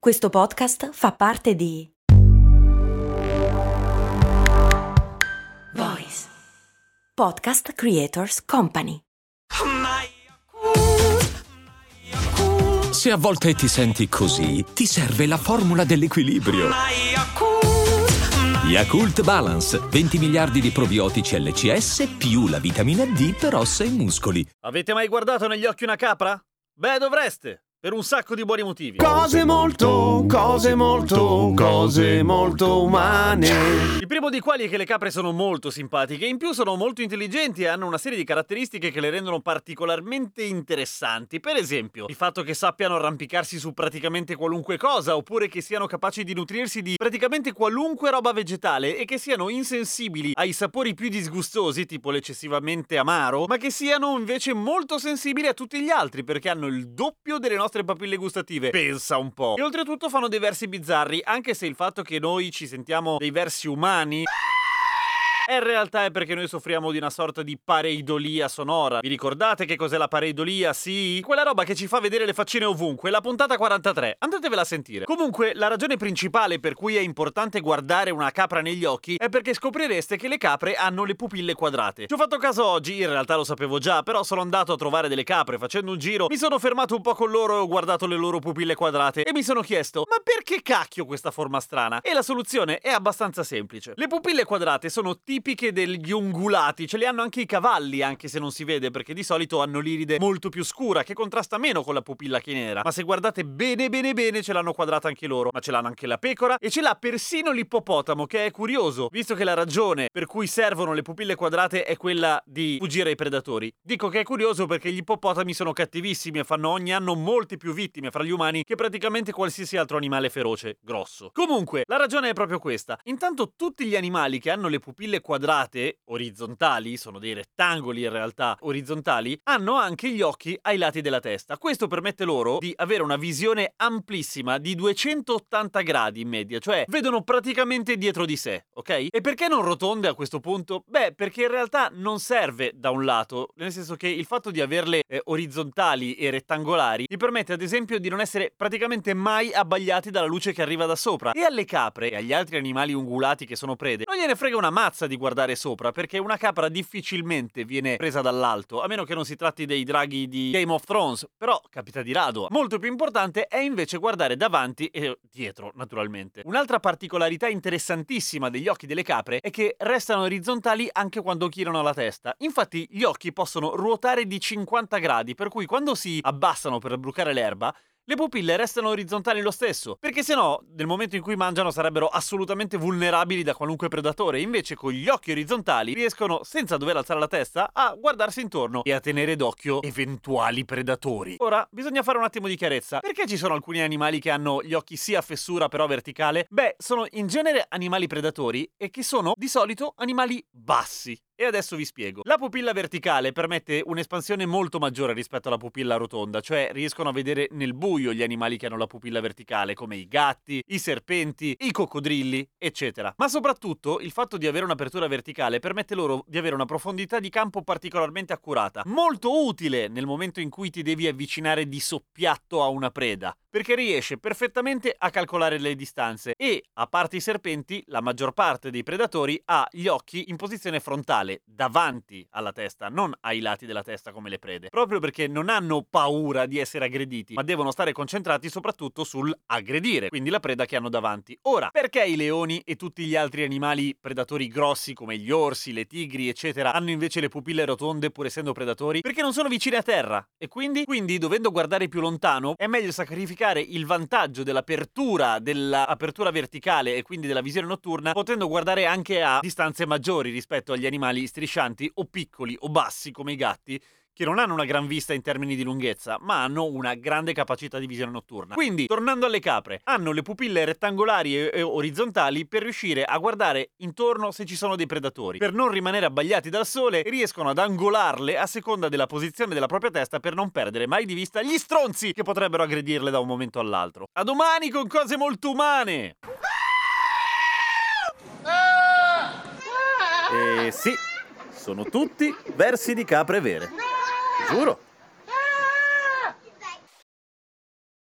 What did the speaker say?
Questo podcast fa parte di Voice Podcast Creators Company. Se a volte ti senti così, ti serve la formula dell'equilibrio. Yakult Balance, 20 miliardi di probiotici LCS più la vitamina D per ossa e muscoli. Avete mai guardato negli occhi una capra? Beh, dovreste, per un sacco di buoni motivi. Cose molto umane. Il primo di quali è che le capre sono molto simpatiche, in più sono molto intelligenti e hanno una serie di caratteristiche che le rendono particolarmente interessanti. Per esempio, il fatto che sappiano arrampicarsi su praticamente qualunque cosa, oppure che siano capaci di nutrirsi di praticamente qualunque roba vegetale e che siano insensibili ai sapori più disgustosi, tipo l'eccessivamente amaro, ma che siano invece molto sensibili a tutti gli altri, perché hanno il doppio delle nostre papille gustative. Pensa un po'. E oltretutto fanno dei versi bizzarri, anche se il fatto che noi ci sentiamo dei versi umani in realtà è perché noi soffriamo di una sorta di pareidolia sonora. Vi ricordate che cos'è la pareidolia? Sì? Quella roba che ci fa vedere le faccine ovunque, la puntata 43. Andatevela a sentire. Comunque, la ragione principale per cui è importante guardare una capra negli occhi è perché scoprireste che le capre hanno le pupille quadrate. Ci ho fatto caso oggi, in realtà lo sapevo già, però sono andato a trovare delle capre facendo un giro, mi sono fermato un po' con loro e ho guardato le loro pupille quadrate e mi sono chiesto, ma perché cacchio questa forma strana? E la soluzione è abbastanza semplice. Le pupille quadrate sono tipiche degli ungulati, ce li hanno anche i cavalli, anche se non si vede perché di solito hanno l'iride molto più scura che contrasta meno con la pupilla che nera, ma se guardate bene ce l'hanno quadrata anche loro, ma ce l'hanno anche la pecora e ce l'ha persino l'ippopotamo, che è curioso, visto che la ragione per cui servono le pupille quadrate è quella di fuggire ai predatori. Dico che è curioso perché gli ippopotami sono cattivissimi e fanno ogni anno molte più vittime fra gli umani che praticamente qualsiasi altro animale feroce grosso. Comunque, la ragione è proprio questa. Intanto tutti gli animali che hanno le pupille quadrate orizzontali, sono dei rettangoli in realtà orizzontali, hanno anche gli occhi ai lati della testa. Questo permette loro di avere una visione amplissima di 280 gradi in media, cioè vedono praticamente dietro di sé, ok? E perché non rotonde a questo punto? Beh, perché in realtà non serve da un lato, nel senso che il fatto di averle orizzontali e rettangolari gli permette ad esempio di non essere praticamente mai abbagliati dalla luce che arriva da sopra. E alle capre e agli altri animali ungulati che sono prede non gliene frega una mazza di guardare sopra, perché una capra difficilmente viene presa dall'alto, a meno che non si tratti dei draghi di Game of Thrones, però capita di rado. Molto più importante è invece guardare davanti e dietro, naturalmente. Un'altra particolarità interessantissima degli occhi delle capre è che restano orizzontali anche quando chinano la testa. Infatti gli occhi possono ruotare di 50 gradi, per cui quando si abbassano per brucare l'erba, le pupille restano orizzontali lo stesso, perché sennò nel momento in cui mangiano sarebbero assolutamente vulnerabili da qualunque predatore. Invece con gli occhi orizzontali riescono, senza dover alzare la testa, a guardarsi intorno e a tenere d'occhio eventuali predatori. Ora, bisogna fare un attimo di chiarezza. Perché ci sono alcuni animali che hanno gli occhi sì a fessura però verticale? Beh, sono in genere animali predatori e che sono di solito animali bassi. E adesso vi spiego. La pupilla verticale permette un'espansione molto maggiore rispetto alla pupilla rotonda, cioè riescono a vedere nel buio gli animali che hanno la pupilla verticale, come i gatti, i serpenti, i coccodrilli, eccetera. Ma soprattutto il fatto di avere un'apertura verticale permette loro di avere una profondità di campo particolarmente accurata, molto utile nel momento in cui ti devi avvicinare di soppiatto a una preda, perché riesce perfettamente a calcolare le distanze e, a parte i serpenti, la maggior parte dei predatori ha gli occhi in posizione frontale, davanti alla testa, non ai lati della testa come le prede, proprio perché non hanno paura di essere aggrediti, ma devono stare concentrati soprattutto sul aggredire, quindi la preda che hanno davanti. Ora, perché i leoni e tutti gli altri animali predatori grossi come gli orsi, le tigri, eccetera, hanno invece le pupille rotonde pur essendo predatori? Perché non sono vicini a terra e quindi dovendo guardare più lontano è meglio sacrificare il vantaggio dell'apertura verticale e quindi della visione notturna, potendo guardare anche a distanze maggiori rispetto agli animali striscianti o piccoli o bassi come i gatti, che non hanno una gran vista in termini di lunghezza, ma hanno una grande capacità di visione notturna. Quindi, tornando alle capre, hanno le pupille rettangolari e orizzontali per riuscire a guardare intorno se ci sono dei predatori. Per non rimanere abbagliati dal sole, riescono ad angolarle a seconda della posizione della propria testa per non perdere mai di vista gli stronzi che potrebbero aggredirle da un momento all'altro. A domani con cose molto umane! Sì, sono tutti versi di capre vere. Giuro.